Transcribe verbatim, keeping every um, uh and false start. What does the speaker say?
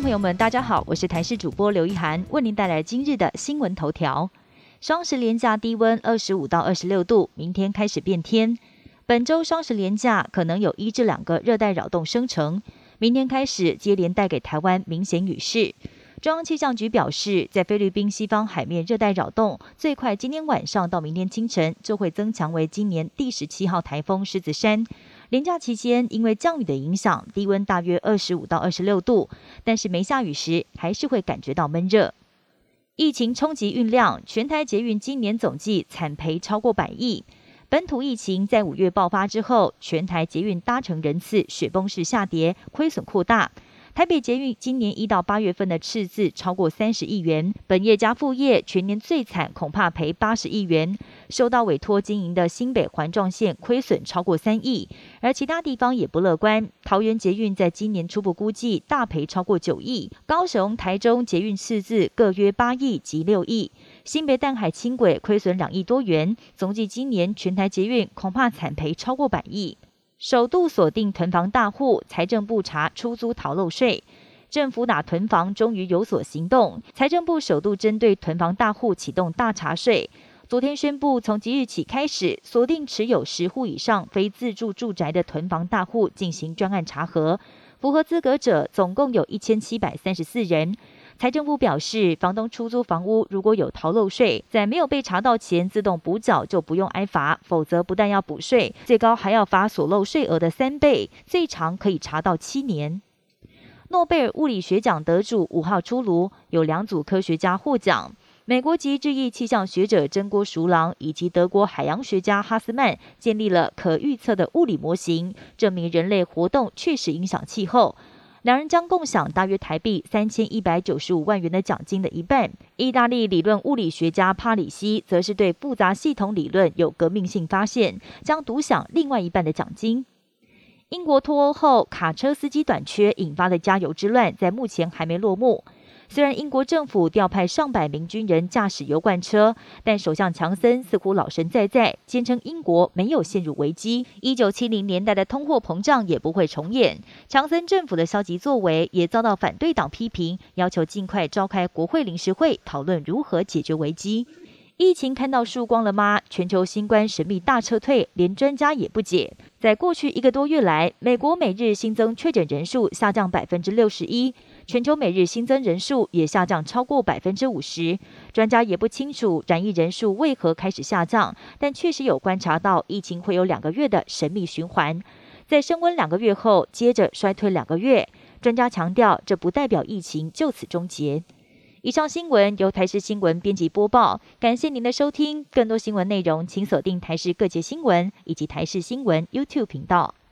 朋友们，大家好，我是台视主播刘一涵，为您带来今日的新闻头条。双十连假低温二十五到二十六度，明天开始变天。本周双十连假可能有一至两个热带扰动生成，明天开始接连带给台湾明显雨势。中央气象局表示，在菲律宾西方海面热带扰动最快今天晚上到明天清晨就会增强为今年第十七号台风狮子山。连假期间，因为降雨的影响，低温大约二十五到二十六度，但是没下雨时还是会感觉到闷热。疫情冲击运量，全台捷运今年总计惨赔超过百亿。本土疫情在五月爆发之后，全台捷运搭乘人次雪崩式下跌，亏损扩大。台北捷运今年一到八月份的赤字超过三十亿元，本业加副业全年最惨，恐怕赔八十亿元。受到委托经营的新北环状线亏损超过三亿，而其他地方也不乐观。桃园捷运在今年初步估计大赔超过九亿，高雄、台中捷运赤字各约八亿及六亿，新北淡海轻轨亏损两亿多元，总计今年全台捷运恐怕惨赔超过百亿。首度锁定囤房大户，财政部查出租逃漏税。政府打囤房终于有所行动，财政部首度针对囤房大户启动大查税。昨天宣布，从即日起开始，锁定持有十户以上非自住住宅的囤房大户进行专案查核，符合资格者总共有一千七百三十四人。财政部表示，房东出租房屋如果有逃漏税，在没有被查到前自动补缴就不用挨罚，否则不但要补税，最高还要罚所漏税额的三倍，最长可以查到七年。诺贝尔物理学奖得主五号出炉，有两组科学家获奖。美国籍日裔气象学者真锅淑郎以及德国海洋学家哈斯曼建立了可预测的物理模型，证明人类活动确实影响气候。两人将共享大约台币三千一百九十五万元的奖金的一半。意大利理论物理学家帕里西则是对复杂系统理论有革命性发现，将独享另外一半的奖金。英国脱欧后，卡车司机短缺引发的加油之乱，在目前还没落幕。虽然英国政府调派上百名军人驾驶油罐车，但首相强森似乎老神在在，坚称英国没有陷入危机，一九七零年代的通货膨胀也不会重演。强森政府的消极作为也遭到反对党批评，要求尽快召开国会临时会，讨论如何解决危机。疫情看到曙光了吗？全球新冠神秘大撤退，连专家也不解。在过去一个多月来，美国每日新增确诊人数下降百分之六十一，全球每日新增人数也下降超过百分之五十。专家也不清楚染疫人数为何开始下降，但确实有观察到疫情会有两个月的神秘循环，在升温两个月后，接着衰退两个月。专家强调，这不代表疫情就此终结。以上新闻由台视新闻编辑播报，感谢您的收听。更多新闻内容，请锁定台视各界新闻以及台视新闻 YouTube 频道。